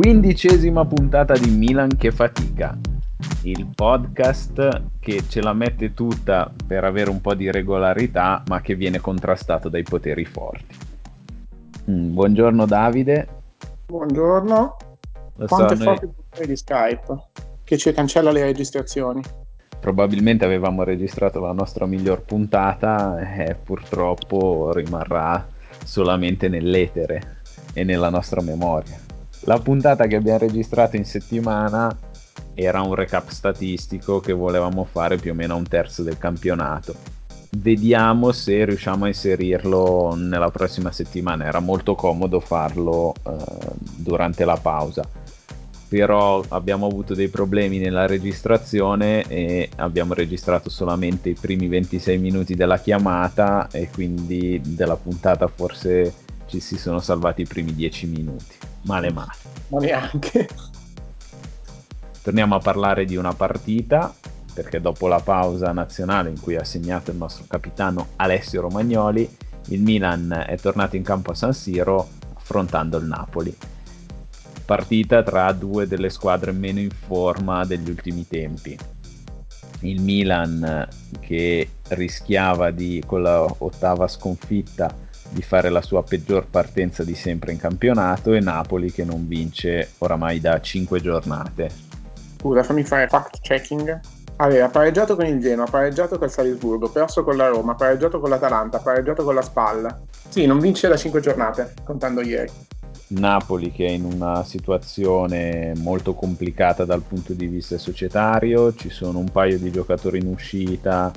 15ª puntata di Milan che fatica, il podcast che ce la mette tutta per avere un po' di regolarità, ma che viene contrastato dai poteri forti. Buongiorno Davide. Buongiorno. Lo Quanto so, è forte il potere di Skype che ci cancella le registrazioni. probabilmente avevamo registrato la nostra miglior puntata e purtroppo rimarrà solamente nell'etere e nella nostra memoria. La puntata che abbiamo registrato in settimana era un recap statistico che volevamo fare più o meno a un terzo del campionato. Vediamo se riusciamo a inserirlo nella prossima settimana. Era molto comodo farlo durante la pausa, però abbiamo avuto dei problemi nella registrazione e abbiamo registrato solamente i primi 26 minuti della chiamata e quindi della puntata forse ci si sono salvati i primi 10 minuti. Male. Ma neanche. Torniamo a parlare di una partita, perché dopo la pausa nazionale in cui ha segnato il nostro capitano Alessio Romagnoli, il Milan è tornato in campo a San Siro affrontando il Napoli. Partita tra due delle squadre meno in forma degli ultimi tempi. Il Milan che rischiava con la ottava sconfitta di fare la sua peggior partenza di sempre in campionato, e Napoli che non vince oramai da 5 giornate. Scusa, fammi fare fact checking. Aveva pareggiato con il Genoa, pareggiato col Salisburgo, perso con la Roma, pareggiato con l'Atalanta, pareggiato con la Spalla. Sì, non vince da 5 giornate, contando ieri. Napoli che è in una situazione molto complicata dal punto di vista societario, ci sono un paio di giocatori in uscita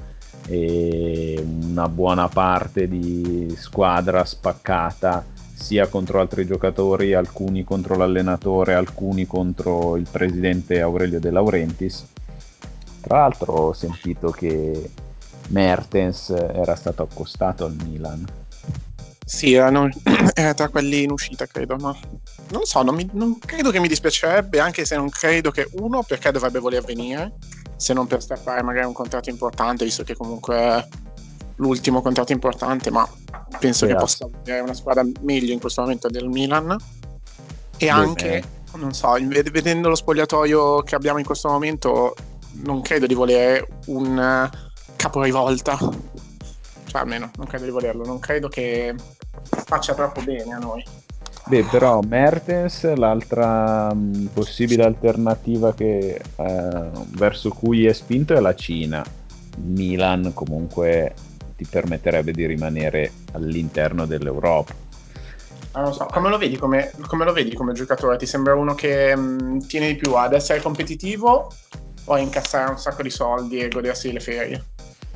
e una buona parte di squadra spaccata sia contro altri giocatori, alcuni contro l'allenatore, alcuni contro il presidente Aurelio De Laurentiis. Tra l'altro ho sentito che Mertens era stato accostato al Milan. Sì, era tra quelli in uscita, credo, ma non lo so, non credo che mi dispiacerebbe, anche se non credo che uno, perché dovrebbe voler venire, se non per strappare magari un contratto importante, visto che comunque è l'ultimo contratto importante, ma penso che possa avere una squadra meglio in questo momento del Milan. E anche, non so, vedendo lo spogliatoio che abbiamo in questo momento, non credo di volere un caporivolta. Cioè, almeno, non credo di volerlo. Non credo che faccia troppo bene a noi. Beh, però Mertens, l'altra possibile alternativa verso cui è spinto è la Cina. Il Milan comunque ti permetterebbe di rimanere all'interno dell'Europa. Non lo so, come lo vedi come lo vedi come giocatore? Ti sembra uno che tiene di più ad essere competitivo o a incassare un sacco di soldi e godersi le ferie?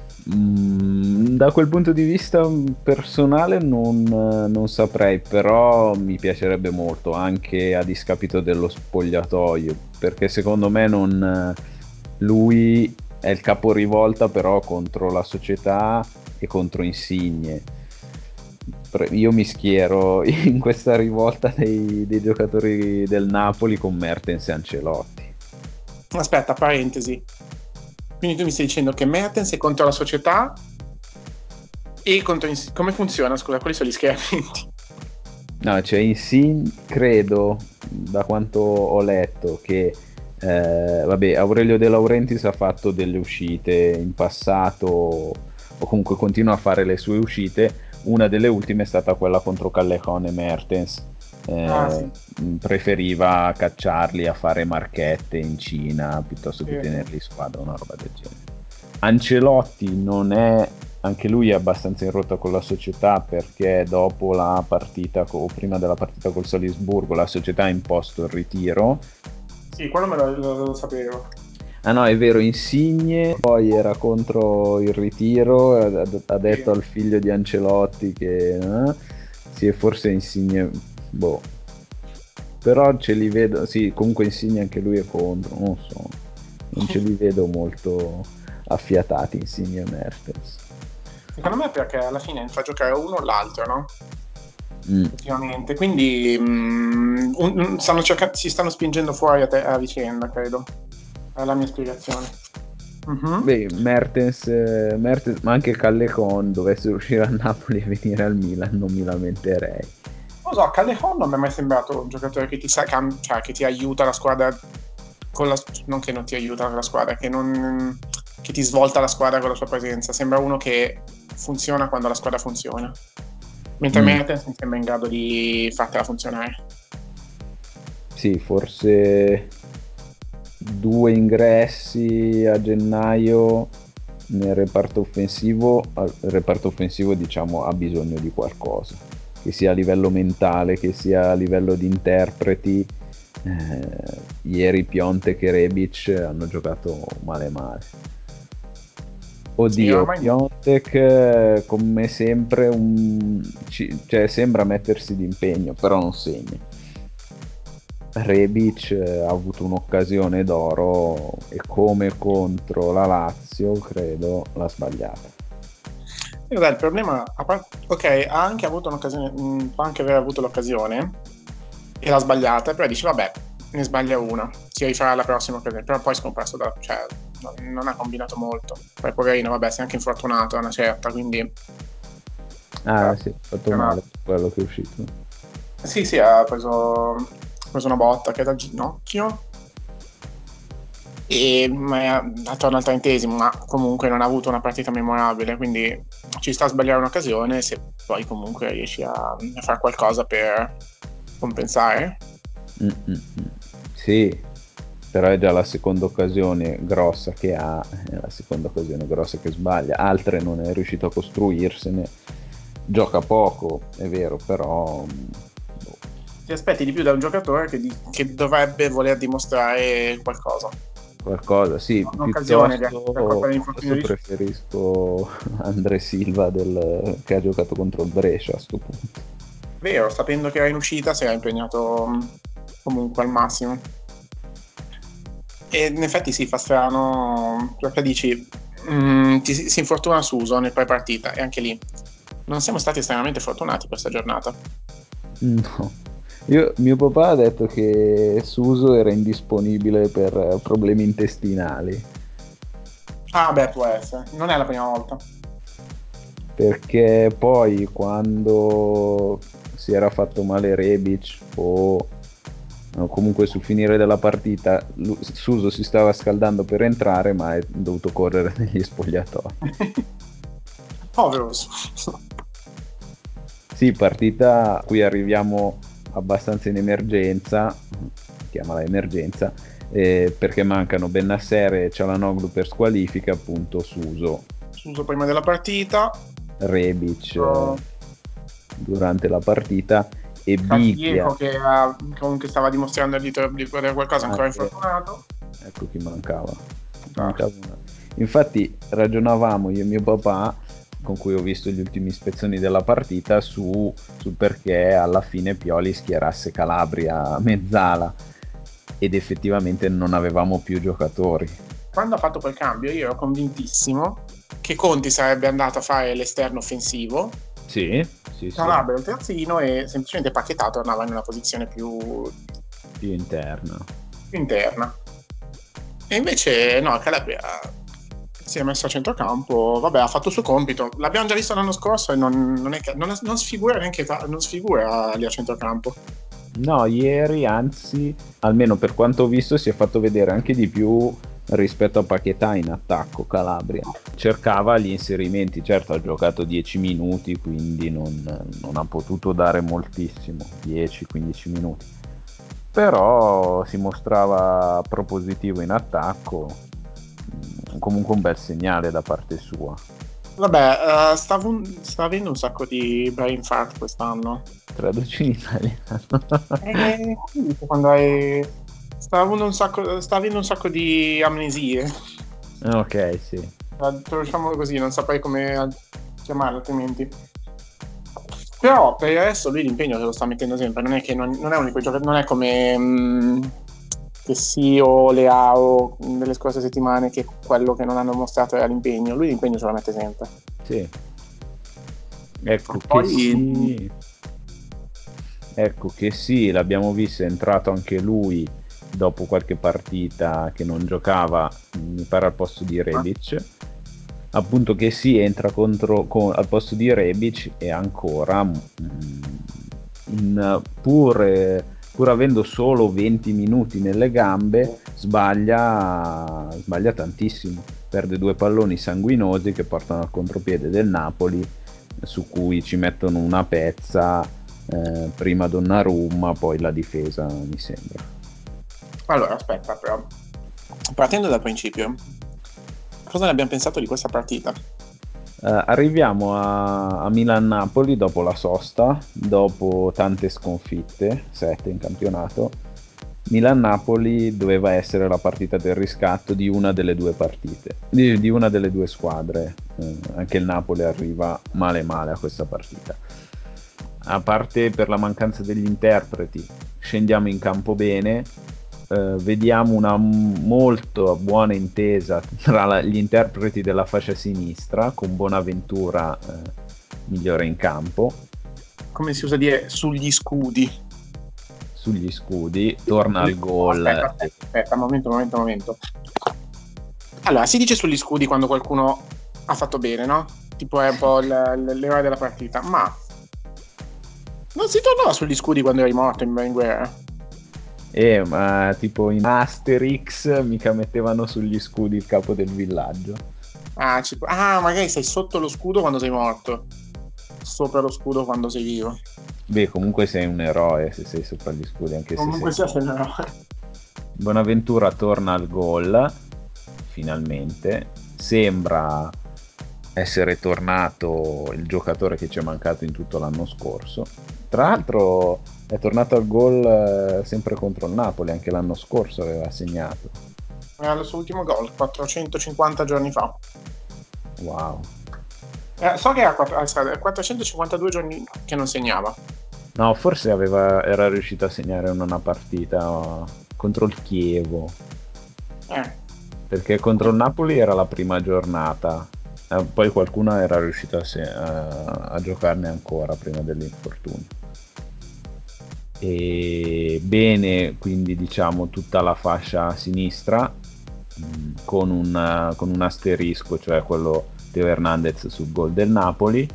Da quel punto di vista personale non saprei, però mi piacerebbe molto, anche a discapito dello spogliatoio, perché secondo me lui è il caporivolta però contro la società e contro Insigne. Io mi schiero in questa rivolta dei giocatori del Napoli con Mertens e Ancelotti. Aspetta, parentesi. Quindi tu mi stai dicendo che Mertens è contro la società e contro... Come funziona? Scusa, quali sono gli schieramenti? No, cioè Insigne, credo, da quanto ho letto, che vabbè, Aurelio De Laurentiis ha fatto delle uscite in passato, o comunque continua a fare le sue uscite. Una delle ultime è stata quella contro Callejon e Mertens. Ah, Eh, sì. Preferiva cacciarli a fare marchette in Cina piuttosto Sì, che sì. tenerli in squadra, una roba del genere. Ancelotti non è, anche lui è abbastanza in rotta con la società, perché dopo la partita o prima della partita col Salisburgo la società ha imposto il ritiro. Sì, quello me lo sapevo. Ah no, è vero, Insigne poi era contro il ritiro, ha Sì. detto al figlio di Ancelotti che sì, e forse Insigne, boh, però ce li vedo, sì, comunque Insigne anche lui è contro, non so, non ce li vedo molto affiatati Insigne e Mertens. Secondo me è perché alla fine fa giocare uno o l'altro, no? Mm. Ultimamente. Quindi si stanno spingendo fuori a vicenda, credo. È la mia spiegazione. Mhm. Beh, Mertens, ma anche Callejon dovesse uscire a Napoli e venire al Milan, non mi lamenterei. Non so, Callejon non mi è mai sembrato un giocatore che ti sa, cioè, che ti aiuta la squadra con la, non che non ti aiuta con la squadra, che ti svolta la squadra con la sua presenza. Sembra uno che funziona quando la squadra funziona. Mentre Mm, Mertens mi sembra in grado di fartela funzionare. sì, forse 2 ingressi a gennaio nel reparto offensivo diciamo ha bisogno di qualcosa, che sia a livello mentale, che sia a livello di interpreti. Ieri Piontek e Rebic hanno giocato male male. Sì, Oddio, ormai Piontek come sempre cioè, sembra mettersi d'impegno, però non segna. Rebic ha avuto un'occasione d'oro e come contro la Lazio, credo, l'ha sbagliata. il problema, ok, ha anche avuto un'occasione, può anche aver avuto l'occasione e l'ha sbagliata, però dici, vabbè, ne sbaglia una, si rifarà la prossima occasione, però poi è scomparso cioè, non ha combinato molto. Poi poverino, vabbè, si è anche infortunato a una certa, quindi Ah, sì, ha fatto male funzionato. quello che è uscito. Sì, sì, ha preso una botta che è dal ginocchio e ma è attorno al 30°, ma comunque non ha avuto una partita memorabile, quindi ci sta a sbagliare un'occasione se poi comunque riesci a fare qualcosa per compensare. Mm, mm, mm. Sì, però è già la seconda occasione grossa che ha, è la seconda occasione grossa che sbaglia. Altre non è riuscito a costruirsene. Gioca poco, è vero, però boh, Ti aspetti di più da un giocatore che dovrebbe voler dimostrare qualcosa. qualcosa. Sì, Un'occasione per colpa dell'infortunio piuttosto di preferisco André Silva che ha giocato contro il Brescia a sto punto. Vero, sapendo che era in uscita, si era impegnato comunque al massimo. E in effetti si fa strano, perché dici, si infortuna Suso nel pre-partita e anche lì non siamo stati estremamente fortunati questa giornata. No. Mio papà ha detto che Suso era indisponibile per problemi intestinali, Ah, beh, può essere, non è la prima volta. perché poi quando si era fatto male Rebic o comunque sul finire della partita, Suso si stava scaldando per entrare, ma è dovuto correre negli spogliatoi. Povero Suso. Sì, partita a cui arriviamo abbastanza in emergenza, chiamala emergenza, perché mancano Bennacer e Çalhanoğlu per squalifica, appunto Suso, Suso prima della partita, Rebic oh, durante la partita e Castillejo Biglia. comunque stava dimostrando di poter qualcosa, Ah, ancora sì. infortunato. Ecco chi mancava. Ah, Infatti ragionavamo io e mio papà, con cui ho visto gli ultimi spezzoni della partita, sul perché alla fine Pioli schierasse Calabria a mezzala ed effettivamente non avevamo più giocatori. quando ha fatto quel cambio, io ero convintissimo che Conti sarebbe andato a fare l'esterno offensivo, Sì, sì, sì, Calabria il terzino e semplicemente Paquetá tornava in una posizione più interna. più interna. E invece no, Calabria si è messo a centrocampo, vabbè, ha fatto il suo compito. L'abbiamo già visto l'anno scorso e non è che, non sfigura neanche, non sfigura lì a centrocampo. No, ieri, anzi, almeno per quanto ho visto, si è fatto vedere anche di più rispetto a Paquetá in attacco Calabria. Cercava gli inserimenti, certo ha giocato 10 minuti, quindi non ha potuto dare moltissimo, 10-15 minuti. Però si mostrava propositivo in attacco, comunque un bel segnale da parte sua. Vabbè, sta avendo un sacco di brain fart quest'anno. Traduci in italiano. Come dico quando sta avendo un sacco di amnesie. Ok, sì. Traduciamolo così, non saprei come chiamarlo altrimenti. Però per il resto lui l'impegno se lo sta mettendo sempre, non è che non è un unico giocatore, non è come che sì o Leao nelle scorse settimane che quello che non hanno mostrato era l'impegno, lui l'impegno ce lo mette sempre. Sì, ecco che Poi sì. Ecco che sì, l'abbiamo visto, è entrato anche lui dopo qualche partita che non giocava, mi pare al posto di Rebic. Appunto che sì, entra al posto di Rebic e ancora pur avendo solo 20 minuti nelle gambe, sbaglia tantissimo. Perde due palloni sanguinosi che portano al contropiede del Napoli, su cui ci mettono una pezza, prima Donnarumma, poi la difesa, mi sembra. Allora, aspetta, però. Partendo dal principio, cosa ne abbiamo pensato di questa partita? Arriviamo a Milan-Napoli dopo la sosta, dopo tante sconfitte, 7 in campionato. Milan-Napoli doveva essere la partita del riscatto di una delle due partite, di una delle due squadre. Anche il Napoli arriva male male a questa partita. A parte per la mancanza degli interpreti, scendiamo in campo bene, vediamo una molto buona intesa tra gli interpreti della fascia sinistra, con Bonaventura migliore in campo. Come si usa dire, sugli scudi. Sugli scudi, torna al No, gol. aspetta, momento. Allora, si dice sugli scudi quando qualcuno ha fatto bene, no? Tipo è un po' l'eroe della partita, ma non si tornava sugli scudi quando eri morto in guerra. Ma tipo in Asterix mica mettevano sugli scudi il capo del villaggio. Magari sei sotto lo scudo quando sei morto, sopra lo scudo quando sei vivo. Beh, comunque sei un eroe se sei sopra gli scudi, anche se Comunque sei sia, morto. sei un eroe. Bonaventura torna al gol, finalmente. Sembra essere tornato il giocatore che ci è mancato in tutto l'anno scorso. Tra l'altro è tornato al gol sempre contro il Napoli, anche l'anno scorso aveva segnato. Era il suo ultimo gol, 450 giorni fa. Wow. So che era 452 giorni che non segnava. No, forse era riuscito a segnare in una partita contro il Chievo, Eh. perché contro il Napoli era la prima giornata, poi qualcuno era riuscito a giocarne ancora prima dell'infortunio. E bene, quindi diciamo tutta la fascia sinistra, con un asterisco, cioè quello Teo Hernandez sul gol del Napoli,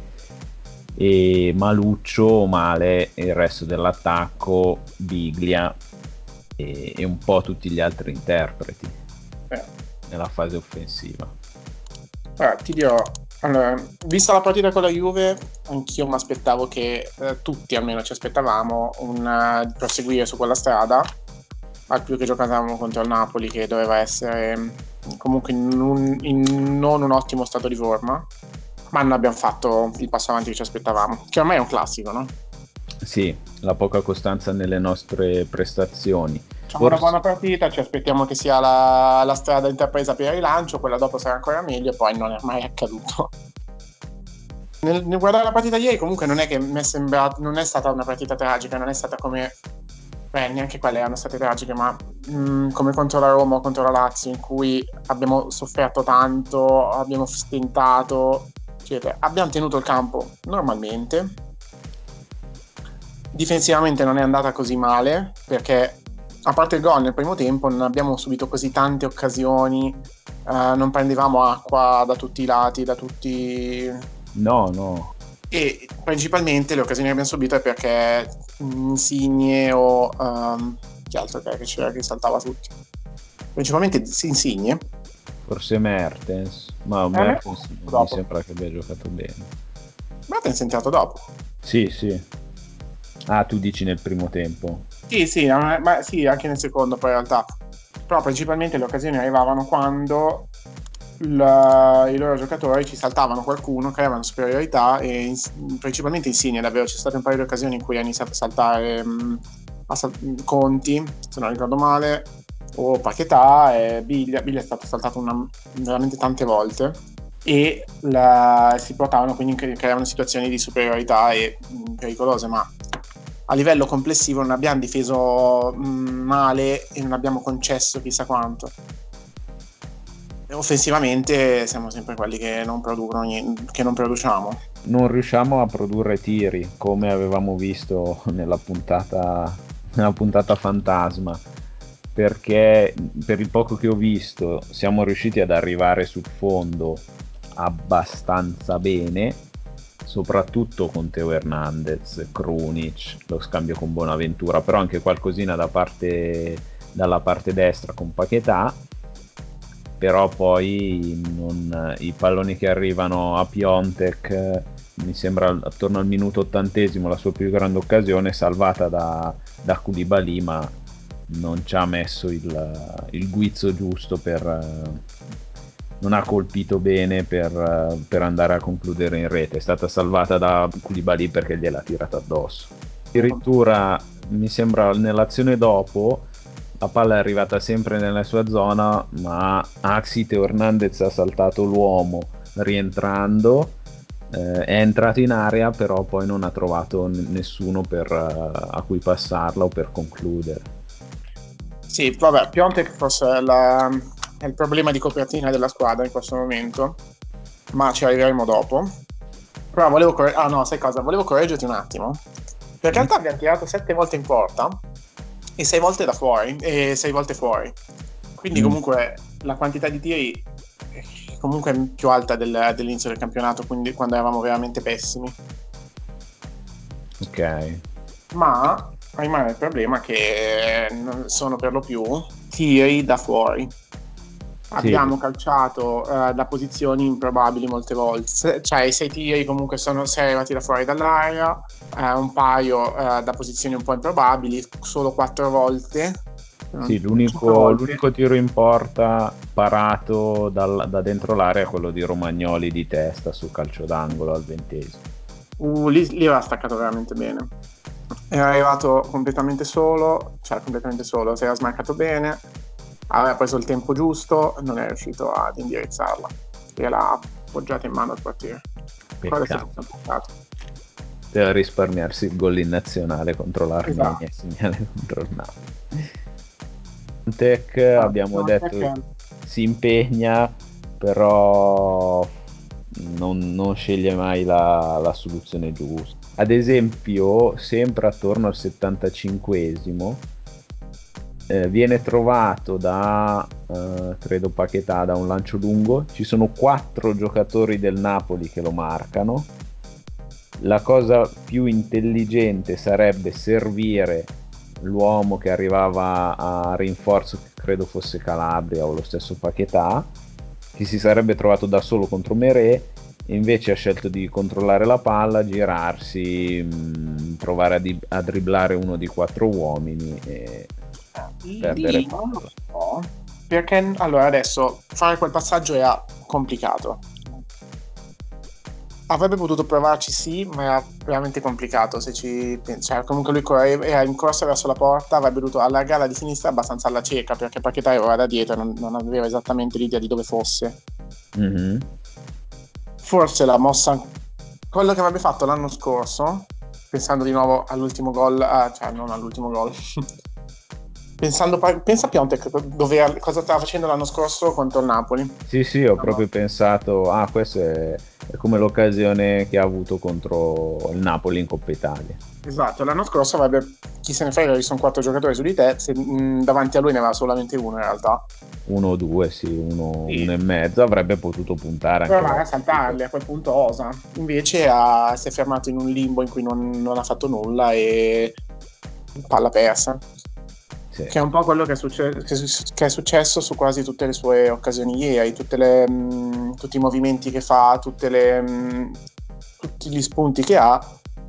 e Maluccio male il resto dell'attacco, Biglia e un po' tutti gli altri interpreti Eh. nella fase offensiva. Allora, ti dirò, allora, vista la partita con la Juve, anch'io mi aspettavo che tutti almeno ci aspettavamo di proseguire su quella strada, al più che giocavamo contro il Napoli, che doveva essere comunque in non un ottimo stato di forma, ma non abbiamo fatto il passo avanti che ci aspettavamo, che ormai è un classico, no? Sì, la poca costanza nelle nostre prestazioni. Facciamo una buona Forse partita, ci aspettiamo che sia la strada intrapresa per il rilancio, quella dopo sarà ancora meglio, e poi non è mai accaduto. Nel guardare la partita ieri, comunque non è che mi è sembrato, non è stata una partita tragica, non è stata come, neanche quelle erano state tragiche, ma come contro la Roma o contro la Lazio, in cui abbiamo sofferto tanto, abbiamo stentato, eccetera. Abbiamo tenuto il campo normalmente. Difensivamente non è andata così male, perché a parte il gol nel primo tempo non abbiamo subito così tante occasioni, non prendevamo acqua da tutti i lati, da tutti. no, no. E principalmente le occasioni che abbiamo subito è perché Insigne o chi altro che c'era che saltava tutti? Principalmente Insigne. Forse Mertens, ma A me Mertens mi dopo. sembra che abbia giocato bene. Ma te sentiato dopo. Sì, sì. Ah, tu dici nel primo tempo. Sì, sì, ma sì, anche nel secondo poi in realtà. Però principalmente le occasioni arrivavano quando i loro giocatori ci saltavano qualcuno, creavano superiorità e principalmente Insigne davvero c'è state un paio di occasioni in cui ha iniziato a saltare Conti, se non ricordo male, o Paquetá e Biglia è stato saltato veramente tante volte e si portavano quindi creavano situazioni di superiorità e pericolose, ma a livello complessivo non abbiamo difeso male e non abbiamo concesso chissà quanto. Offensivamente siamo sempre quelli che non producono niente, che non produciamo. Non riusciamo a produrre tiri come avevamo visto nella puntata fantasma, perché per il poco che ho visto siamo riusciti ad arrivare sul fondo abbastanza bene, soprattutto con Teo Hernandez, Krunic, lo scambio con Bonaventura, però anche qualcosina dalla parte destra con Paquetá, però poi i palloni che arrivano a Piontek, mi sembra attorno al minuto 80esimo la sua più grande occasione, salvata da Koulibaly, ma non ci ha messo il guizzo giusto non ha colpito bene per andare a concludere in rete. È stata salvata da Koulibaly perché gliel'ha tirata addosso. Addirittura mi sembra nell'azione dopo la palla è arrivata sempre nella sua zona, ma Axi Teo Hernandez ha saltato l'uomo rientrando, è entrato in area, però poi non ha trovato nessuno a cui passarla o per concludere. Sì, vabbè, Piontek forse è il problema di copertina della squadra in questo momento, ma ci arriveremo dopo. Però ah no, sai cosa? Volevo correggerti un attimo. Perché in Mm? realtà abbiamo tirato 7 volte in porta e 6 volte da fuori, e 6 volte fuori. Quindi Mm, comunque la quantità di tiri è comunque più alta dell'inizio del campionato, quindi quando eravamo veramente pessimi. ok. Ma rimane il problema che sono per lo più tiri da fuori. Sì, Abbiamo calciato da posizioni improbabili molte volte, cioè i 6 tiri comunque sono sei arrivati da fuori dall'area, un paio da posizioni un po' improbabili, solo 4 volte, sì, 5 volte. l'unico tiro in porta parato da dentro l'area è quello di Romagnoli di testa su calcio d'angolo al 20esimo. Lì aveva staccato veramente bene. Era arrivato completamente solo, cioè completamente solo, si era smarcato bene, aveva preso il tempo giusto, non è riuscito ad indirizzarla e l'ha appoggiata in mano al portiere. Quello è stato Peccato. un peccato. Deve risparmiarsi il gol in nazionale contro l'Armenia e Esatto. segnare contro il Napoli. Tech Ah, abbiamo no, detto perché? si impegna, però non sceglie mai la soluzione giusta. Ad esempio, sempre attorno al 75esimo, viene trovato credo Paquetá da un lancio lungo. Ci sono 4 giocatori del Napoli che lo marcano. La cosa più intelligente sarebbe servire l'uomo che arrivava a rinforzo, che credo fosse Calabria o lo stesso Paquetá, che si sarebbe trovato da solo contro Meré, e invece ha scelto di controllare la palla, girarsi, provare a dribblare uno di 4 uomini e perdere Lì non lo palla. so, perché allora adesso fare quel passaggio era complicato. Avrebbe potuto provarci, sì, ma era veramente complicato se ci cioè, comunque lui era in corsa verso la porta, avrebbe dovuto allargarla di sinistra abbastanza alla cieca, perché Paquetá era da dietro e non aveva esattamente l'idea di dove fosse. Mhm. Forse la mossa, quello che avrebbe fatto l'anno scorso, pensando di nuovo all'ultimo gol, cioè non all'ultimo gol, pensa a Piontek cosa stava facendo l'anno scorso contro il Napoli. Sì, sì, ho proprio pensato, questa è come l'occasione che ha avuto contro il Napoli in Coppa Italia. Esatto, l'anno scorso avrebbe, chi se ne frega, ci sono 4 giocatori su di te, davanti a lui ne aveva solamente uno in realtà. Uno o due, sì, uno Sì. e mezzo, avrebbe potuto puntare anche Provare a verso il tipo. saltarli, a quel punto osa. Invece si è fermato in un limbo in cui non ha fatto nulla e palla persa. Sì. Che è un po' quello che è successo su quasi tutte le sue occasioni ieri, tutti i movimenti che fa, tutti gli spunti che ha,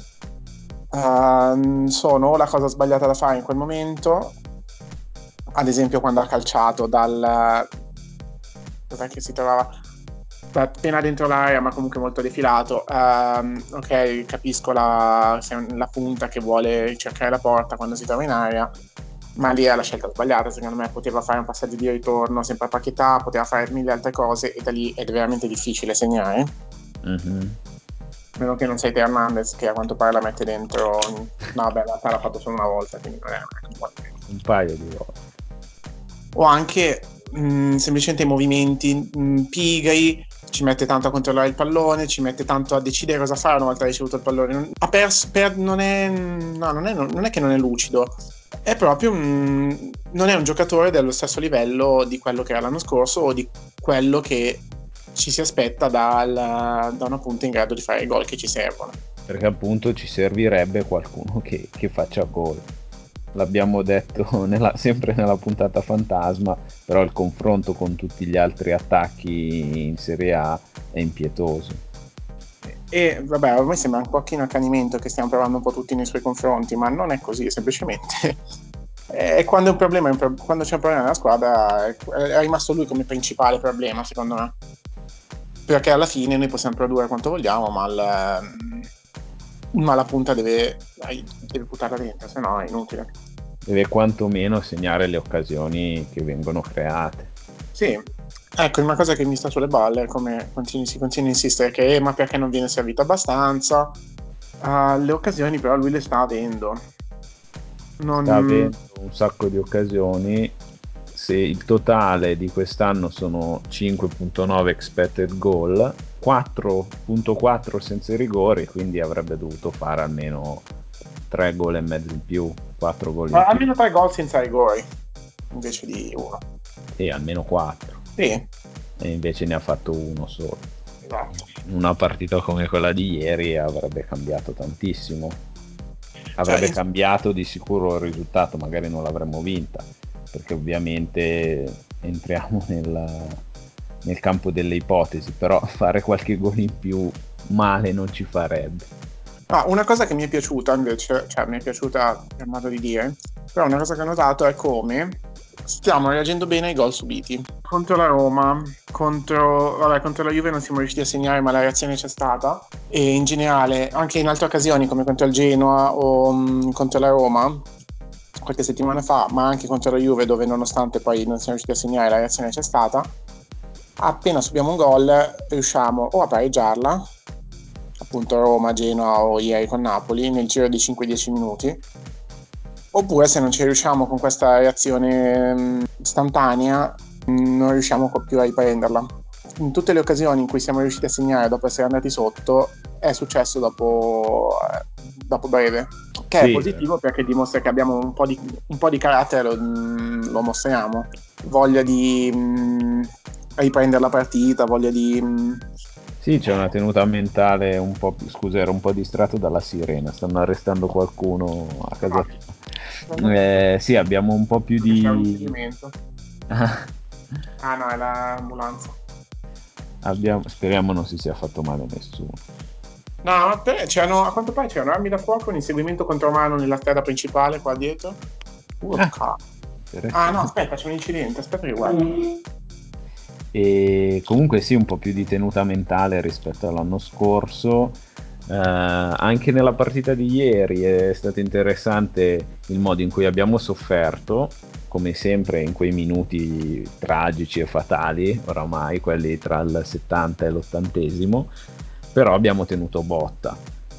sono o la cosa sbagliata da fare in quel momento, ad esempio quando ha calciato dov'è che si trovava? Appena dentro l'area, ma comunque molto defilato. Ok, capisco la punta che vuole cercare la porta quando si trova in area, ma lì è la scelta sbagliata. Secondo me poteva fare un passaggio di ritorno sempre a Paquetá, poteva fare mille altre cose e da lì è veramente difficile segnare. Mhm. A meno che non sei te Hernandez che a quanto pare la mette dentro. No, beh, in realtà l'ha fatto solo una volta, quindi non è un buon esempio. Un paio di volte. O anche semplicemente i movimenti pigri, ci mette tanto a controllare il pallone, ci mette tanto a decidere cosa fare una volta ricevuto il pallone. Ha perso, non è, no, non è che non è lucido, è proprio non è un giocatore dello stesso livello di quello che era l'anno scorso o di quello che ci si aspetta da una punta in grado di fare i gol che ci servono. Perché appunto ci servirebbe qualcuno che faccia gol. L'abbiamo detto sempre nella puntata fantasma, però il confronto con tutti gli altri attacchi in Serie A è impietoso. E vabbè, ormai sembra un po' che in accanimento che stiamo provando un po' tutti nei suoi confronti, ma non è così, semplicemente quando, quando c'è un problema nella squadra è rimasto lui come principale problema, secondo me. Perché alla fine noi possiamo produrre quanto vogliamo, ma la punta deve buttarla dentro, se no è inutile. Deve quantomeno segnare le occasioni che vengono create. Sì, ecco, una cosa che mi sta sulle balle è come si continua a insistere che ma perché non viene servito abbastanza? Le occasioni però lui le sta avendo. Sta Non... avendo un sacco di occasioni. Se il totale di quest'anno sono 5.9 expected goal, 4.4 senza i rigori, quindi avrebbe dovuto fare almeno 3 gol e mezzo in più, 4 gol in più, Almeno 3 gol senza rigori, invece di uno. e almeno 4, Sì, e invece ne ha fatto uno solo. esatto. Una partita come quella di ieri avrebbe cambiato tantissimo. Cioè, Avrebbe cambiato di sicuro il risultato, magari non l'avremmo vinta, perché ovviamente entriamo nel campo delle ipotesi, però fare qualche gol in più male non ci farebbe. una cosa che mi è piaciuta invece, cioè mi è piaciuta per modo di dire, però una cosa che ho notato è come stiamo reagendo bene ai gol subiti. Contro la Roma, vabbè, contro la Juve non siamo riusciti a segnare, ma la reazione c'è stata. E in generale, anche in altre occasioni, come contro il Genoa o contro la Roma, qualche settimana fa, ma anche contro la Juve, dove nonostante poi non siamo riusciti a segnare, la reazione c'è stata. Appena subiamo un gol, riusciamo o a pareggiarla, appunto Roma, Genoa o ieri con Napoli, nel giro di 5-10 minuti. Oppure se non ci riusciamo con questa reazione istantanea, non riusciamo più a riprenderla. In tutte le occasioni in cui siamo riusciti a segnare dopo essere andati sotto, è successo dopo breve, che è Sì, positivo perché dimostra che abbiamo un po' di carattere, lo mostriamo, voglia di riprendere la partita, voglia di... sì, c'è una tenuta mentale un po' più. Scusa, ero un po' distratto dalla sirena, stanno arrestando qualcuno a casa. Sì, abbiamo un po' più Che c'è un di. inseguimento. Ah no, è l'ambulanza. Speriamo non si sia fatto male nessuno. No, a quanto pare c'erano armi da fuoco, un inseguimento contromano nella strada principale qua dietro. Ah, Urca. Ah no, interessante. aspetta, c'è un incidente, aspetta che guardo. E comunque sì, un po' più di tenuta mentale rispetto all'anno scorso. Anche nella partita di ieri è stato interessante il modo in cui abbiamo sofferto, come sempre in quei minuti tragici e fatali, oramai quelli tra il 70 e l'80esimo, però abbiamo tenuto botta.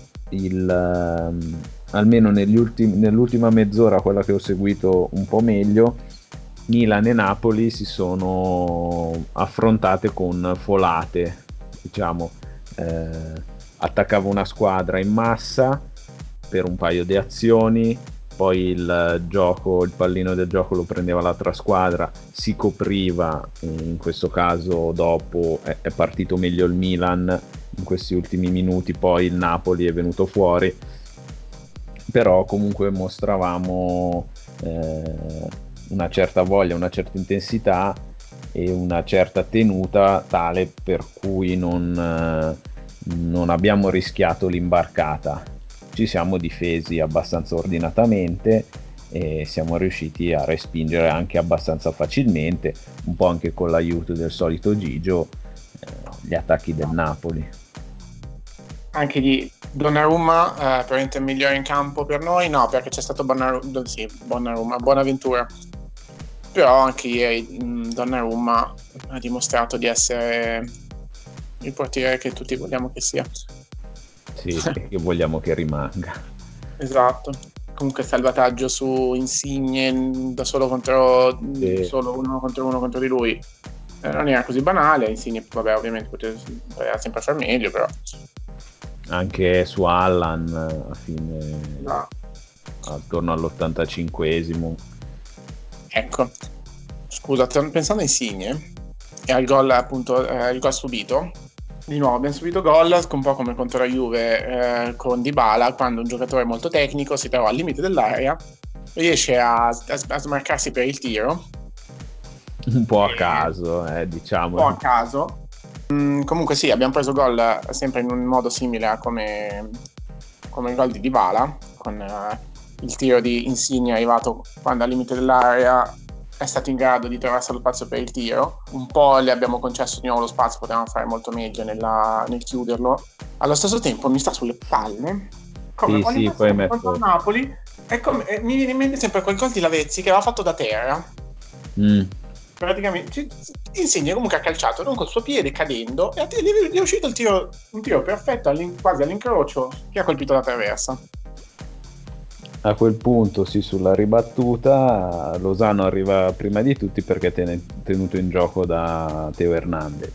Almeno nell'ultima mezz'ora, quella che ho seguito un po' meglio, Milan e Napoli si sono affrontate con folate, diciamo, attaccava una squadra in massa per un paio di azioni, poi il pallino del gioco lo prendeva l'altra squadra, si copriva, in questo caso dopo è partito meglio il Milan in questi ultimi minuti, poi il Napoli è venuto fuori, però comunque mostravamo una certa voglia, una certa intensità e una certa tenuta tale per cui non abbiamo rischiato l'imbarcata. Ci siamo difesi abbastanza ordinatamente e siamo riusciti a respingere anche abbastanza facilmente, un po' anche con l'aiuto del solito Gigio, gli attacchi del Napoli. Anche di Donnarumma, probabilmente il migliore in campo per noi, no, perché c'è stato sì, Donnarumma, Bonaventura. Però anche ieri Donnarumma ha dimostrato di essere il portiere che tutti vogliamo che sia. Sì, e che vogliamo che rimanga. Esatto. Comunque salvataggio su Insigne Sì. solo uno contro di lui. Non era così banale. Insigne, vabbè, ovviamente poteva sempre far meglio, però. Anche su Allan a fine, No. attorno all'85esimo. Ecco, scusa, pensando a Insigne, e al gol appunto il gol subito. Di nuovo abbiamo subito gol, un po' come contro la Juve con Dybala, quando un giocatore molto tecnico si trova al limite dell'area, riesce a smarcarsi per il tiro. Un po' a E caso, un po' a diciamolo. caso. Comunque sì, abbiamo preso gol sempre in un modo simile a come il gol di Dybala, con il tiro di Insigne arrivato quando al limite dell'area è stato in grado di trovarsi lo spazio per il tiro. Un po' le abbiamo concesso di nuovo lo spazio, potevamo fare molto meglio nel chiuderlo. Allo stesso tempo mi sta sulle palle, come Sì, ogni sì, volta poi che contro il metto... Napoli, mi viene in mente sempre quel gol di Lavezzi che aveva fatto da terra. Mm. Praticamente Insigne comunque ha calciato non col suo piede cadendo e gli è uscito un tiro perfetto quasi all'incrocio che ha colpito la traversa. A quel punto, sì, sulla ribattuta, Lozano arriva prima di tutti perché è tenuto in gioco da Teo Hernandez.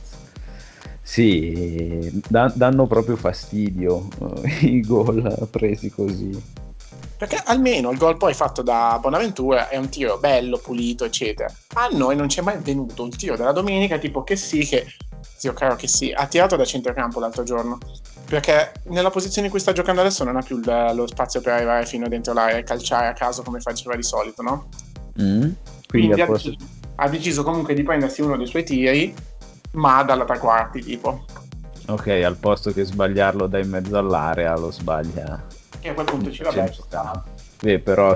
Sì, danno proprio fastidio i gol presi così. Perché almeno il gol poi fatto da Bonaventura è un tiro bello, pulito, eccetera. A noi non c'è mai venuto un tiro della domenica, tipo che sì, che zio caro che sì, ha tirato da centrocampo l'altro giorno. Perché nella posizione in cui sta giocando adesso non ha più lo spazio per arrivare fino dentro l'area e calciare a caso come faceva di solito, no? Mm. Quindi Quindi al posto... ha deciso comunque di prendersi uno dei suoi tiri, ma dalla tre quarti, tipo. Ok, al posto che sbagliarlo da in mezzo all'area, lo sbaglia E a quel punto a vabbè, ci centrocampo. sta. Beh, però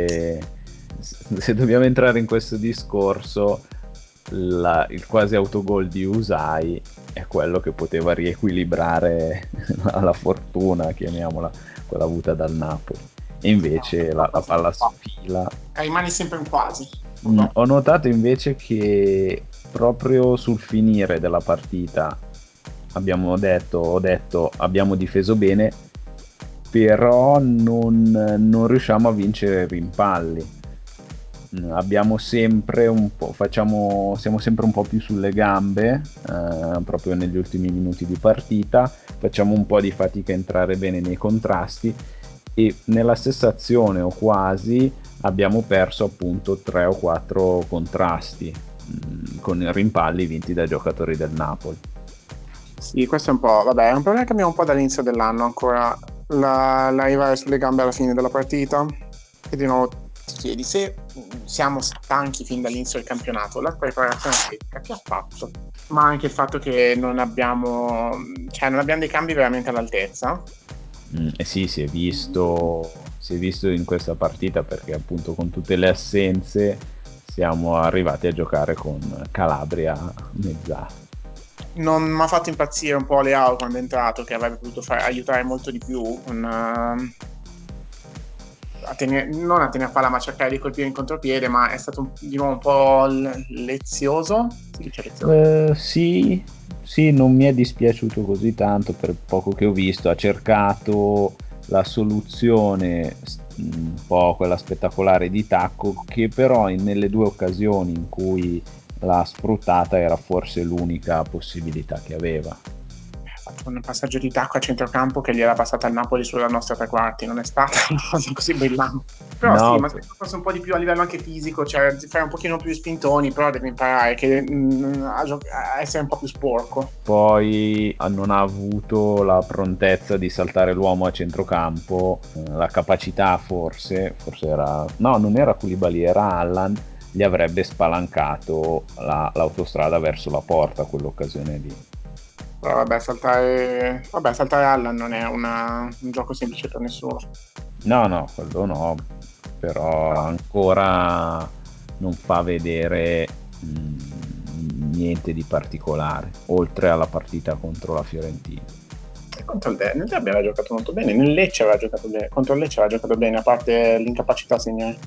se dobbiamo entrare in questo discorso, il quasi autogol di Usai è quello che poteva riequilibrare la fortuna, chiamiamola, quella avuta dal Napoli. E invece la palla sfila. Rimani sempre un quasi, Ho purtroppo. notato invece che proprio sul finire della partita ho detto, abbiamo difeso bene, però non riusciamo a vincere i rimpalli. Abbiamo sempre un po', siamo sempre un po' più sulle gambe, proprio negli ultimi minuti di partita, facciamo un po' di fatica a entrare bene nei contrasti e nella stessa azione o quasi abbiamo perso appunto 3 o 4 contrasti con i rimpalli vinti dai giocatori del Napoli. Sì, questo è un po', vabbè, è un problema che abbiamo un po' dall'inizio dell'anno ancora, l'arrivare sulle gambe alla fine della partita. E di nuovo ti chiedi se siamo stanchi fin dall'inizio del campionato, la preparazione atletica che ha fatto, ma anche il fatto che cioè non abbiamo dei cambi veramente all'altezza. Eh sì, si è visto in questa partita perché appunto con tutte le assenze siamo arrivati a giocare con Calabria mezz'ala. Non mi ha fatto impazzire un po' Leao quando è entrato, che avrebbe potuto aiutare molto di più non a tenere palla, ma a cercare di colpire in contropiede, ma è stato di nuovo un po' lezioso. Si dice lezioso. Sì, sì, non mi è dispiaciuto così tanto per poco che ho visto. Ha cercato la soluzione, un po' quella spettacolare di Tacco, che però nelle 2 occasioni in cui l'ha sfruttata era forse l'unica possibilità che aveva. Ha fatto un passaggio di tacco a centrocampo che gli era passata al Napoli sulla nostra tre quarti, non è stata una cosa così brillante. Però sì, No, ma aspetta forse un po' di più a livello anche fisico, cioè fare un pochino più spintoni, però deve imparare a essere un po' più sporco. poi non ha avuto la prontezza di saltare l'uomo a centrocampo, la capacità forse era... No, non era Koulibaly, era Allan, gli avrebbe spalancato l'autostrada verso la porta quell'occasione lì. Però saltare Allan non è un gioco semplice per nessuno. No, no, quello no, però ancora non fa vedere niente di particolare, oltre alla partita contro la Fiorentina. E nel Derby aveva giocato molto bene, nel Lecce aveva giocato bene, contro il Lecce aveva giocato bene, a parte l'incapacità a segnare.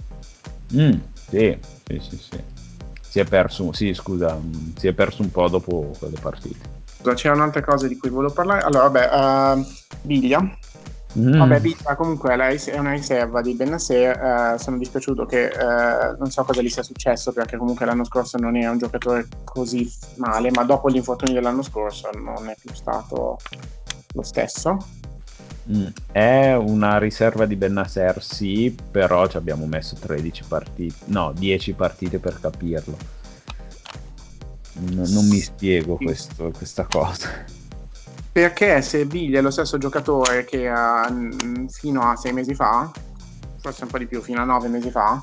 Sì, sì, sì, sì. Si è perso, sì, scusa, si è perso un po' dopo quelle partite. C'erano altre cose di cui volevo parlare. Allora, vabbè, Biglia. Mm. Vabbè, Biglia comunque è una riserva di Bennacer. Sono dispiaciuto che non so cosa gli sia successo perché comunque l'anno scorso non era un giocatore così male, ma dopo gli infortuni dell'anno scorso non è più stato lo stesso. È una riserva di Bennacer, sì, però ci abbiamo messo 13 partite, no, 10 partite per capirlo. Non mi spiego questa cosa. Perché se Billy è lo stesso giocatore che fino a 6 mesi fa, forse un po' di più, fino a 9 mesi fa,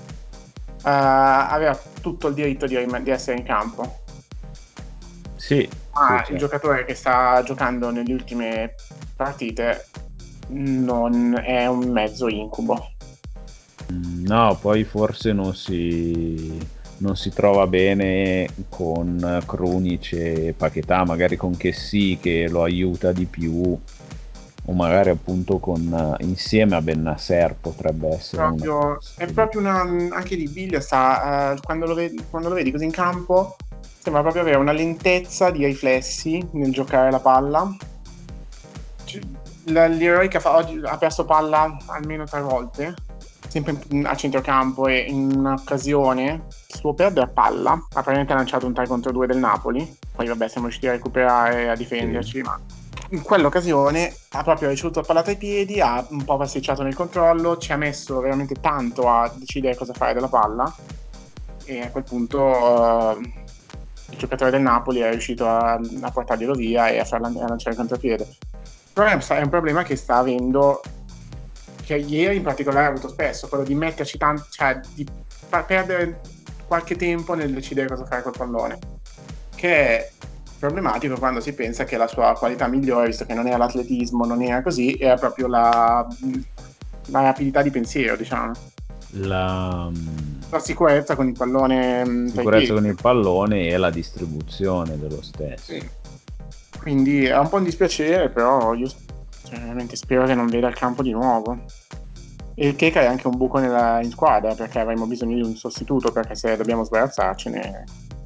aveva tutto il diritto di essere in campo. Sì, sì, Ma il certo. giocatore che sta giocando nelle ultime partite non è un mezzo incubo. No, poi forse non si trova bene con Krunic e Paquetá, magari con Chessy che lo aiuta di più, o magari appunto insieme a Bennasser potrebbe essere una È possibilità. proprio una, anche di Biglia quando lo vedi così in campo, sembra proprio avere una lentezza di riflessi nel giocare la palla. Cioè, l'eroica oggi ha perso palla almeno 3 volte, sempre a centrocampo, e in un'occasione, suo perdere palla, ha praticamente lanciato un 3 contro 2 del Napoli. Poi vabbè, siamo riusciti a recuperare e a Sì. difenderci, ma in quell'occasione ha proprio ricevuto la palla tra i piedi, ha un po' pasticciato nel controllo, ci ha messo veramente tanto a decidere cosa fare della palla, e a quel punto il giocatore del Napoli è riuscito a portarglielo via e a lanciare il contropiede. Però è un problema che sta avendo, che ieri in particolare ha avuto spesso, quello di metterci tanto, cioè di far perdere qualche tempo nel decidere cosa fare col pallone, che è problematico quando si pensa che la sua qualità migliore, visto che non era l'atletismo, non era così, era proprio la rapidità di pensiero, diciamo, La la sicurezza con il pallone tra i sicurezza piedi. con il pallone e la distribuzione dello stesso. Sì. Quindi è un po' un dispiacere, però io veramente spero che non veda il campo di nuovo. E il che è anche un buco in squadra, perché avremo bisogno di un sostituto, perché se dobbiamo sbarazzarcene.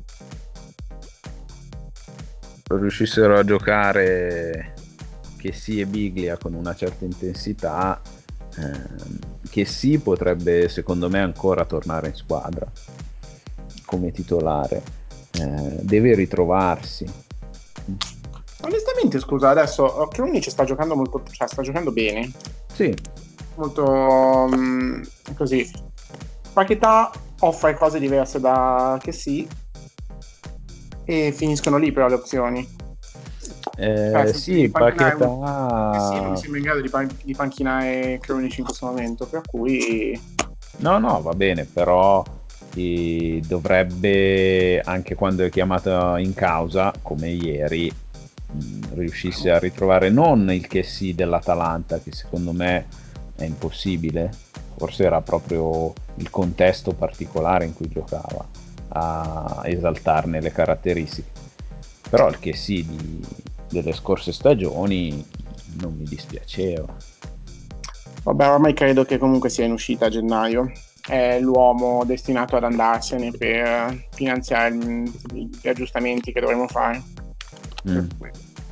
Riuscissero a giocare che sì e Biglia con una certa intensità, che sì potrebbe secondo me ancora tornare in squadra come titolare. Deve ritrovarsi. Onestamente, scusa, adesso Krunic sta giocando molto, cioè sta giocando bene, Sì, molto così. Paquetà offre cose diverse da che sì, e finiscono lì però le opzioni. Cioè, nel senso sì, di panchinare che sì, non mi Paquetá. sembra in grado di panchinare Krunic in questo momento, per cui No, no, va bene, però dovrebbe, anche quando è chiamata in causa, come ieri, riuscisse a ritrovare non il che sì dell'Atalanta, che secondo me è impossibile, forse era proprio il contesto particolare in cui giocava a esaltarne le caratteristiche, però il che sì delle scorse stagioni non mi dispiaceva. vabbè, ormai credo che comunque sia in uscita a gennaio. È l'uomo destinato ad andarsene per finanziare gli aggiustamenti che dovremo fare. Per Mm. cui.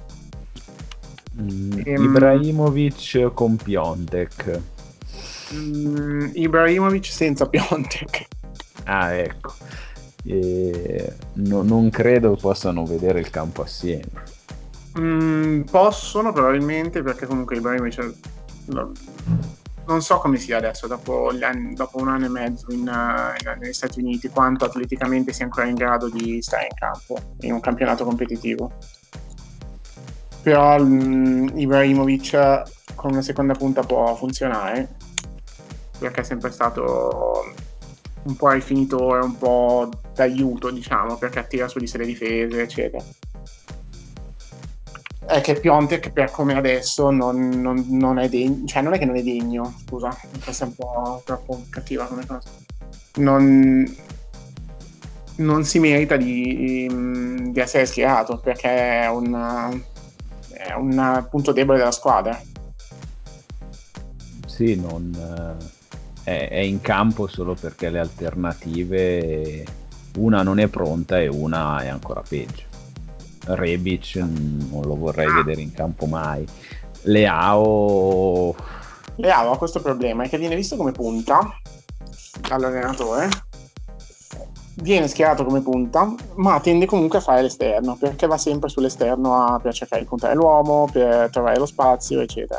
Ehm, Ibrahimovic con Piontek. Ibrahimovic senza Piontek. Ah, ecco. Non credo possano vedere il campo assieme. Possono probabilmente, perché comunque Ibrahimovic lo- non so come sia adesso dopo, dopo un anno e mezzo negli Stati Uniti, quanto atleticamente sia ancora in grado di stare in campo in un campionato competitivo. Però Ibrahimovic con una seconda punta può funzionare, perché è sempre stato un po' rifinitore, un po' d'aiuto, diciamo, perché attira su di sé le difese, eccetera. È che Piontek, per come è adesso, non è degno, cioè non è che non è degno, scusa, questa è un po' troppo cattiva come cosa. Non, non si merita di essere schierato, perché è un punto debole della squadra. Sì, è in campo solo perché le alternative, una non è pronta e una è ancora peggio. Rebic non lo vorrei Ah, vedere in campo mai. Leao, Leao ha questo problema, è che viene visto come punta dall'allenatore, viene schierato come punta, ma tende comunque a fare l'esterno, perché va sempre sull'esterno per cercare di puntare l'uomo, per trovare lo spazio, eccetera.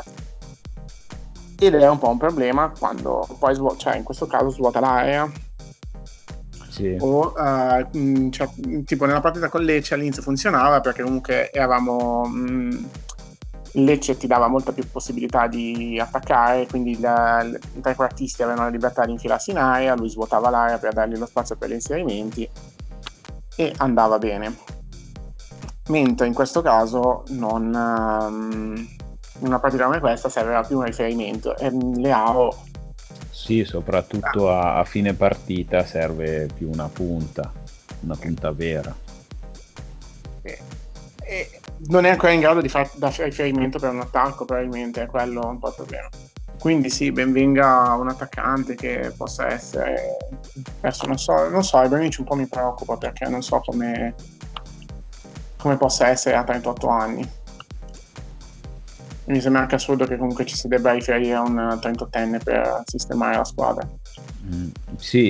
Ed è un po' un problema quando poi cioè in questo caso svuota l'area. Sì, Cioè, tipo nella partita con Lecce all'inizio funzionava perché comunque eravamo il Lecce ti dava molta più possibilità di attaccare, quindi i trequartisti avevano la libertà di infilarsi in area, lui svuotava l'area per dargli lo spazio per gli inserimenti e andava bene. Mentre in questo caso in una partita come questa serveva più un riferimento e Leao. sì, soprattutto a fine partita serve più una punta vera. E non è ancora in grado di fare da riferimento per un attacco, probabilmente è quello un po' il problema. Quindi sì, ben venga un attaccante che possa essere. Adesso non so, Ibrahimovic un po' mi preoccupa perché non so come possa essere a 38 anni. Mi sembra anche assurdo che comunque ci si debba riferire a un 38enne per sistemare la squadra. Mm, sì,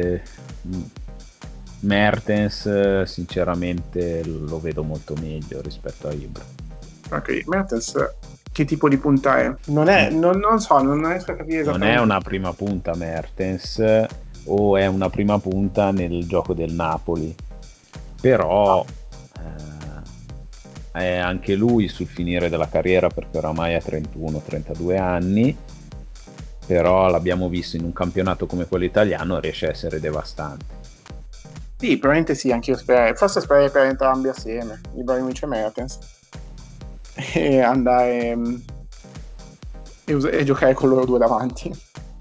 Mertens sinceramente lo vedo molto meglio rispetto a Ibra. Anche Mertens, che tipo di punta è? Non so, non riesco a capire Non è esattamente. una prima punta Mertens, o è una prima punta nel gioco del Napoli, però è anche lui sul finire della carriera perché oramai ha 31-32 anni, però l'abbiamo visto in un campionato come quello italiano, riesce a essere devastante. Sì, probabilmente sì, anch'io spererei. Forse spererei per entrambi assieme, Ibrahimovic e Mertens, e andare e giocare con loro due davanti.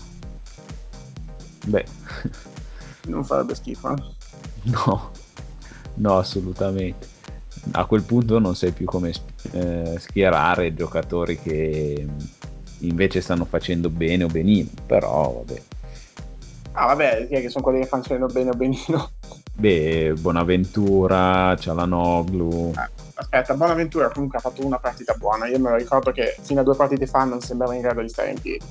Beh, Non farebbe schifo, eh? no, no, assolutamente. A quel punto non sai più come schierare giocatori che invece stanno facendo bene o benino, però vabbè. Ah, vabbè, chi è che sono quelli che fanno bene o benino? Beh, Bonaventura, Cialanoglu. Aspetta, Bonaventura comunque ha fatto una partita buona. Io me lo ricordo che fino a due partite fa non sembrava in grado di stare in piedi.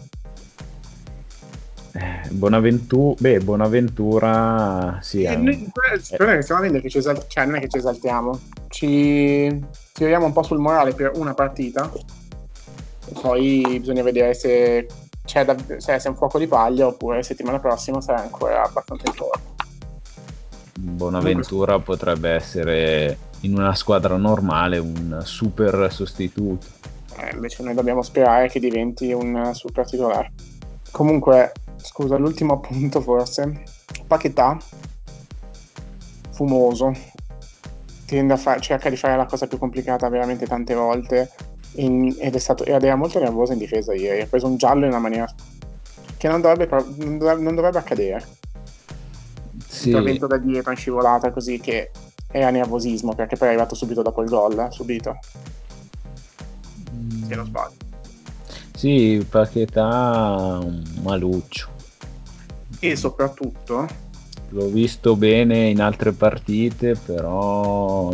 Bonaventura, sì, E noi, è- però stiamo vedendo che cioè, non è che ci esaltiamo, ci vediamo un po' sul morale per una partita e poi bisogna vedere se è un fuoco di paglia oppure settimana prossima sarà ancora abbastanza in forma. Comunque, Bonaventura potrebbe essere in una squadra normale un super sostituto. invece noi dobbiamo sperare che diventi un super titolare. Comunque, scusa, l'ultimo appunto forse. Paquetá, fumoso, cerca di fare la cosa più complicata veramente tante volte ed era molto nervoso in difesa ieri. Ha preso un giallo in una maniera che non dovrebbe accadere. Sì, Intervento da dietro in scivolata così che era nervosismo perché poi è arrivato subito dopo il gol, subito, se non sbaglio. sì, Paquetà un maluccio. E soprattutto, L'ho visto bene in altre partite, però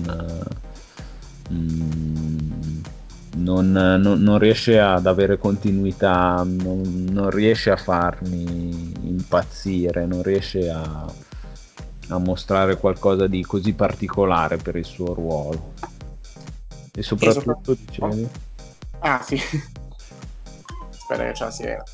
mm, non riesce ad avere continuità, non riesce a farmi impazzire, non riesce a mostrare qualcosa di così particolare per il suo ruolo. E e soprattutto, soprattutto, dicevi? ah sì, aspetta che c'è la sirena.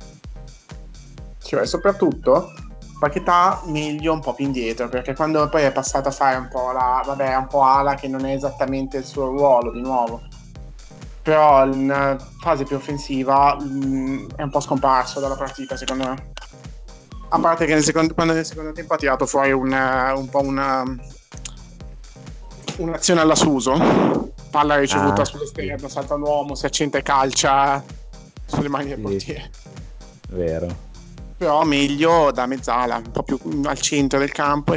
Cioè, soprattutto Paquetà meglio un po' più indietro, perché quando poi è passato a fare un po' vabbè, un po' ala che non è esattamente il suo ruolo di nuovo, però in fase più offensiva è un po' scomparso dalla partita, secondo me. A parte che quando nel secondo tempo ha tirato fuori un po' un'azione alla Suso, palla ricevuta Ah, sì, sull'esterno, salta l'uomo, si accenta e calcia sulle mani del sì, portiere. vero. Però meglio da mezzala, un po' più al centro del campo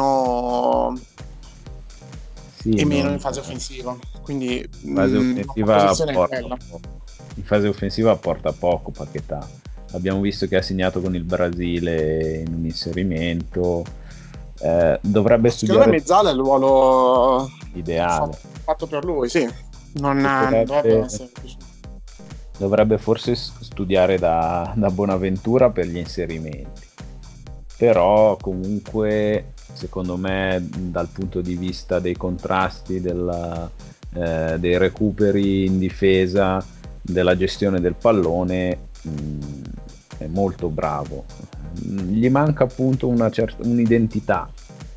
Sì, e meno non, in fase offensiva. Quindi fase la sua offensiva posizione è apporta quella. poco. In fase offensiva apporta poco Paquetá. Abbiamo visto che ha segnato con il Brasile in un inserimento. Dovrebbe Secondo me studiare mezzala è il ruolo ideale. fatto per lui, sì. Non dovrebbe Dovrebbe, essere difficile. dovrebbe forse studiare da Bonaventura per gli inserimenti. Però comunque, secondo me, dal punto di vista dei contrasti, dei recuperi in difesa, della gestione del pallone, è molto bravo. gli manca appunto un'identità.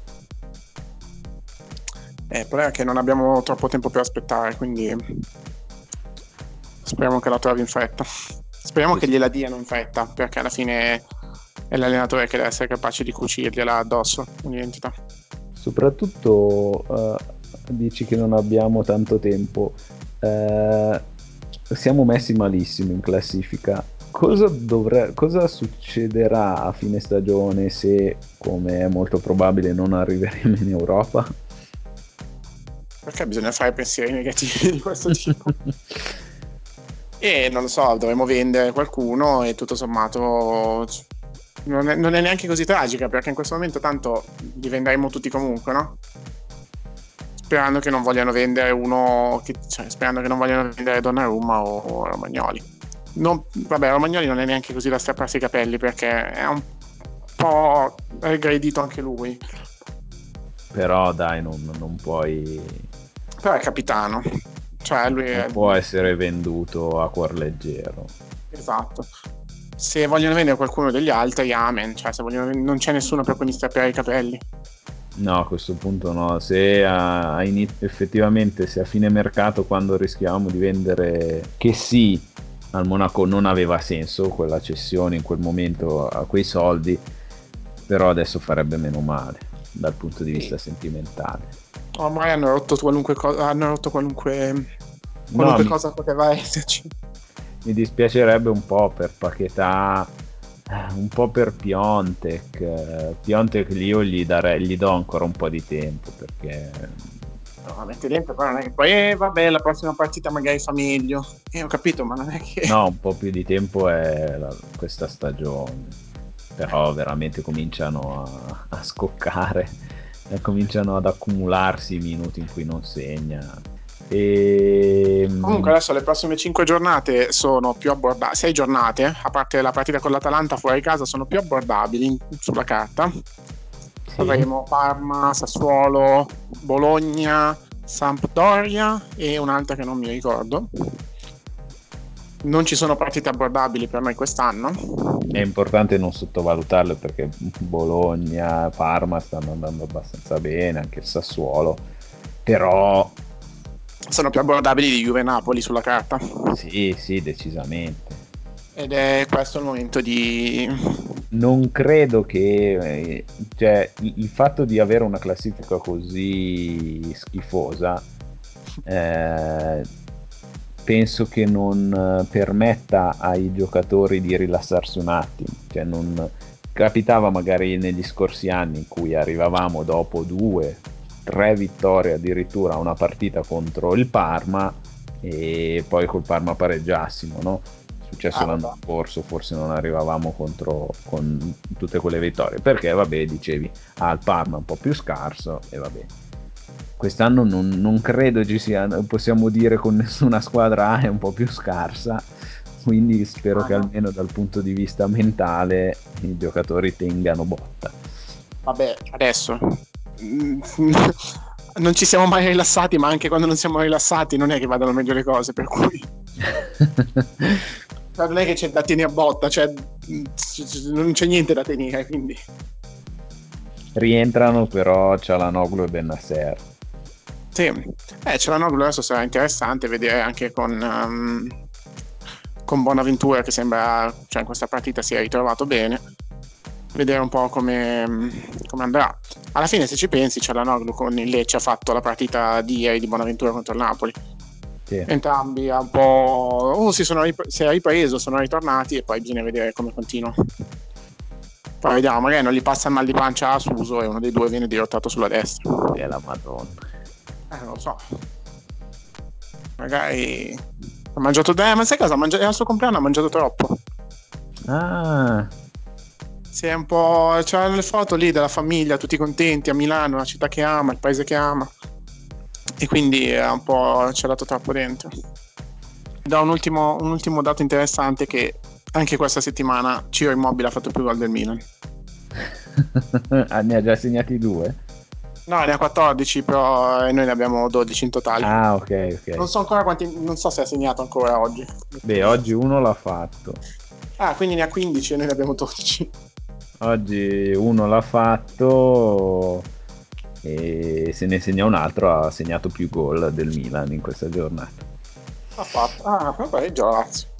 Il problema è che non abbiamo troppo tempo per aspettare, quindi speriamo che la trovi in fretta. Speriamo che gliela diano in fretta, perché alla fine è l'allenatore che deve essere capace di cucirgliela addosso un'identità. Soprattutto dici che non abbiamo tanto tempo. Eh, Siamo messi malissimo in classifica. Cosa succederà a fine stagione se, come è molto probabile, non arriveremo in Europa? Perché bisogna fare pensieri negativi di questo tipo? E non lo so, dovremmo vendere qualcuno e tutto sommato non è neanche così tragica, perché in questo momento tanto li venderemo tutti comunque, no? Sperando che non vogliano vendere sperando che non vogliano vendere Donnarumma o Romagnoli. Vabbè, Romagnoli non è neanche così da strapparsi i capelli, perché è un po' regredito anche lui. Però dai, non puoi, Però è capitano. Cioè, lui non è... può essere venduto a cuor leggero. Esatto. Se vogliono vendere qualcuno degli altri, amen. Cioè, non c'è nessuno per cui mi strappare i capelli. No, a questo punto no. Se effettivamente se a fine mercato, quando rischiavamo di vendere, che sì, al Monaco non aveva senso quella cessione in quel momento a quei soldi, però adesso farebbe meno male dal punto di vista Sì. sentimentale. Ormai hanno rotto qualunque cosa, hanno rotto No, qualunque cosa poteva esserci. mi dispiacerebbe un po' per Paquetá, un po' per Piontek. Piontek io gli do ancora un po' di tempo perché No, la mette dentro, però non è che poi, vabbè, la prossima partita magari fa meglio. Ho capito, ma non è che... no, un po' più di tempo è questa stagione, però veramente cominciano a scoccare, cominciano ad accumularsi i minuti in cui non segna. E, Comunque adesso le prossime 5 giornate sono più abbordabili, 6 giornate, a parte la partita con l'Atalanta fuori casa, sono più abbordabili sulla carta. sì, Avremo Parma, Sassuolo, Bologna, Sampdoria e un'altra che non mi ricordo. Non ci sono partite abbordabili per noi quest'anno. è importante non sottovalutarle perché Bologna, Parma stanno andando abbastanza bene, anche il Sassuolo, però Sono più abbordabili di Juve e Napoli sulla carta. sì, sì, decisamente. Ed è questo il momento di... Non credo che, cioè, il fatto di avere una classifica così schifosa, eh, penso che non permetta ai giocatori di rilassarsi un attimo. Cioè, non capitava magari negli scorsi anni in cui arrivavamo dopo due, tre vittorie addirittura a una partita contro il Parma e poi col Parma pareggiassimo, no? Successo Ah, l'anno vabbè. scorso, forse non arrivavamo con tutte quelle vittorie, perché vabbè, dicevi, il Parma è un po' più scarso e vabbè. Quest'anno non credo ci sia, possiamo dire con nessuna squadra è un po' più scarsa, quindi spero Ah, che no. almeno dal punto di vista mentale i giocatori tengano botta. Vabbè, adesso mm, non ci siamo mai rilassati, ma anche quando non siamo rilassati non è che vadano meglio le cose, per cui cioè, non è che c'è da tenere a botta, cioè non c'è niente da tenere, quindi Rientrano però Cialanoglu e Bennacer. sì. Cialanoglu adesso sarà interessante vedere anche con Bonaventura che sembra, cioè in questa partita si è ritrovato bene, vedere un po' come andrà. Alla fine, se ci pensi, Cialanoglu con il Lecce ha fatto la partita di ieri di Bonaventura contro il Napoli. Sì. Entrambi un po'... si è ripreso, sono ritornati e poi bisogna vedere come continua. Poi vediamo, magari non gli passa il mal di pancia a Suso e uno dei due viene dirottato sulla destra. È la Madonna. Non lo so. Magari ha mangiato... ma sai cosa? È al suo compleanno, ha mangiato troppo. Ah, Si è un po'... C'erano le foto lì della famiglia, tutti contenti a Milano, la città che ama, il paese che ama. E quindi è un po' ci ha dato troppo dentro. Da un ultimo dato interessante che anche questa settimana Ciro Immobile ha fatto più gol del Milan. ne ha già segnati due? No, ne ha 14, però noi ne abbiamo 12 in totale. Ah, ok, ok. Non so ancora quanti, non so se ha segnato ancora oggi. Beh, oggi uno l'ha fatto. Ah, quindi ne ha 15 e noi ne abbiamo 12. Oggi uno l'ha fatto e se ne segna un altro, ha segnato più gol del Milan in questa giornata. Ha fatto. Ah, vabbè, già Lazio.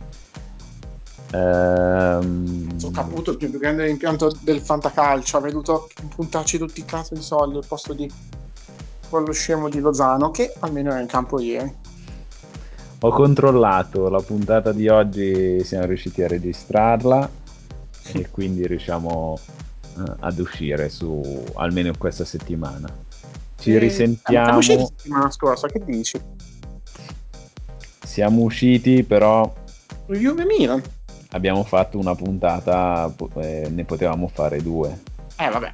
Ho Ehm, Caputo, il più grande rimpianto del fantacalcio, ha veduto puntarci tutti i cazzo di soldi al posto di quello scemo di Lozano, che almeno era in campo ieri. Ho controllato la puntata di oggi, siamo riusciti a registrarla e quindi riusciamo ad uscire su almeno questa settimana. Ci Ma siamo usciti risentiamo. settimana scorsa, che dici? Siamo usciti, però Juve Milan. abbiamo fatto una puntata, ne potevamo fare due. Vabbè.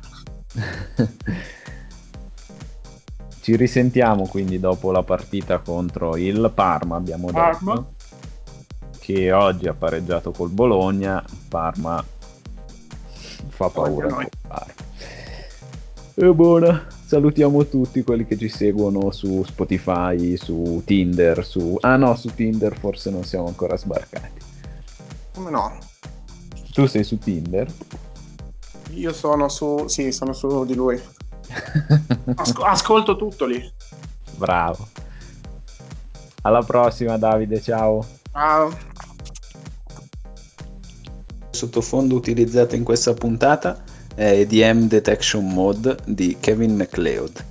Ci risentiamo quindi dopo la partita contro il Parma, abbiamo Parma. detto, che oggi ha pareggiato col Bologna. Parma fa Oggi a paura noi. col Parma. E buona, salutiamo tutti quelli che ci seguono su Spotify, su Tinder, su... Ah no, su Tinder forse non siamo ancora sbarcati. Come no? Tu sei su Tinder? Io sono su. Sì, sono su di lui. Ascolto tutto lì. Bravo. Alla prossima Davide, ciao. Ah, Sottofondo utilizzato in questa puntata è EDM Detection Mode di Kevin MacLeod.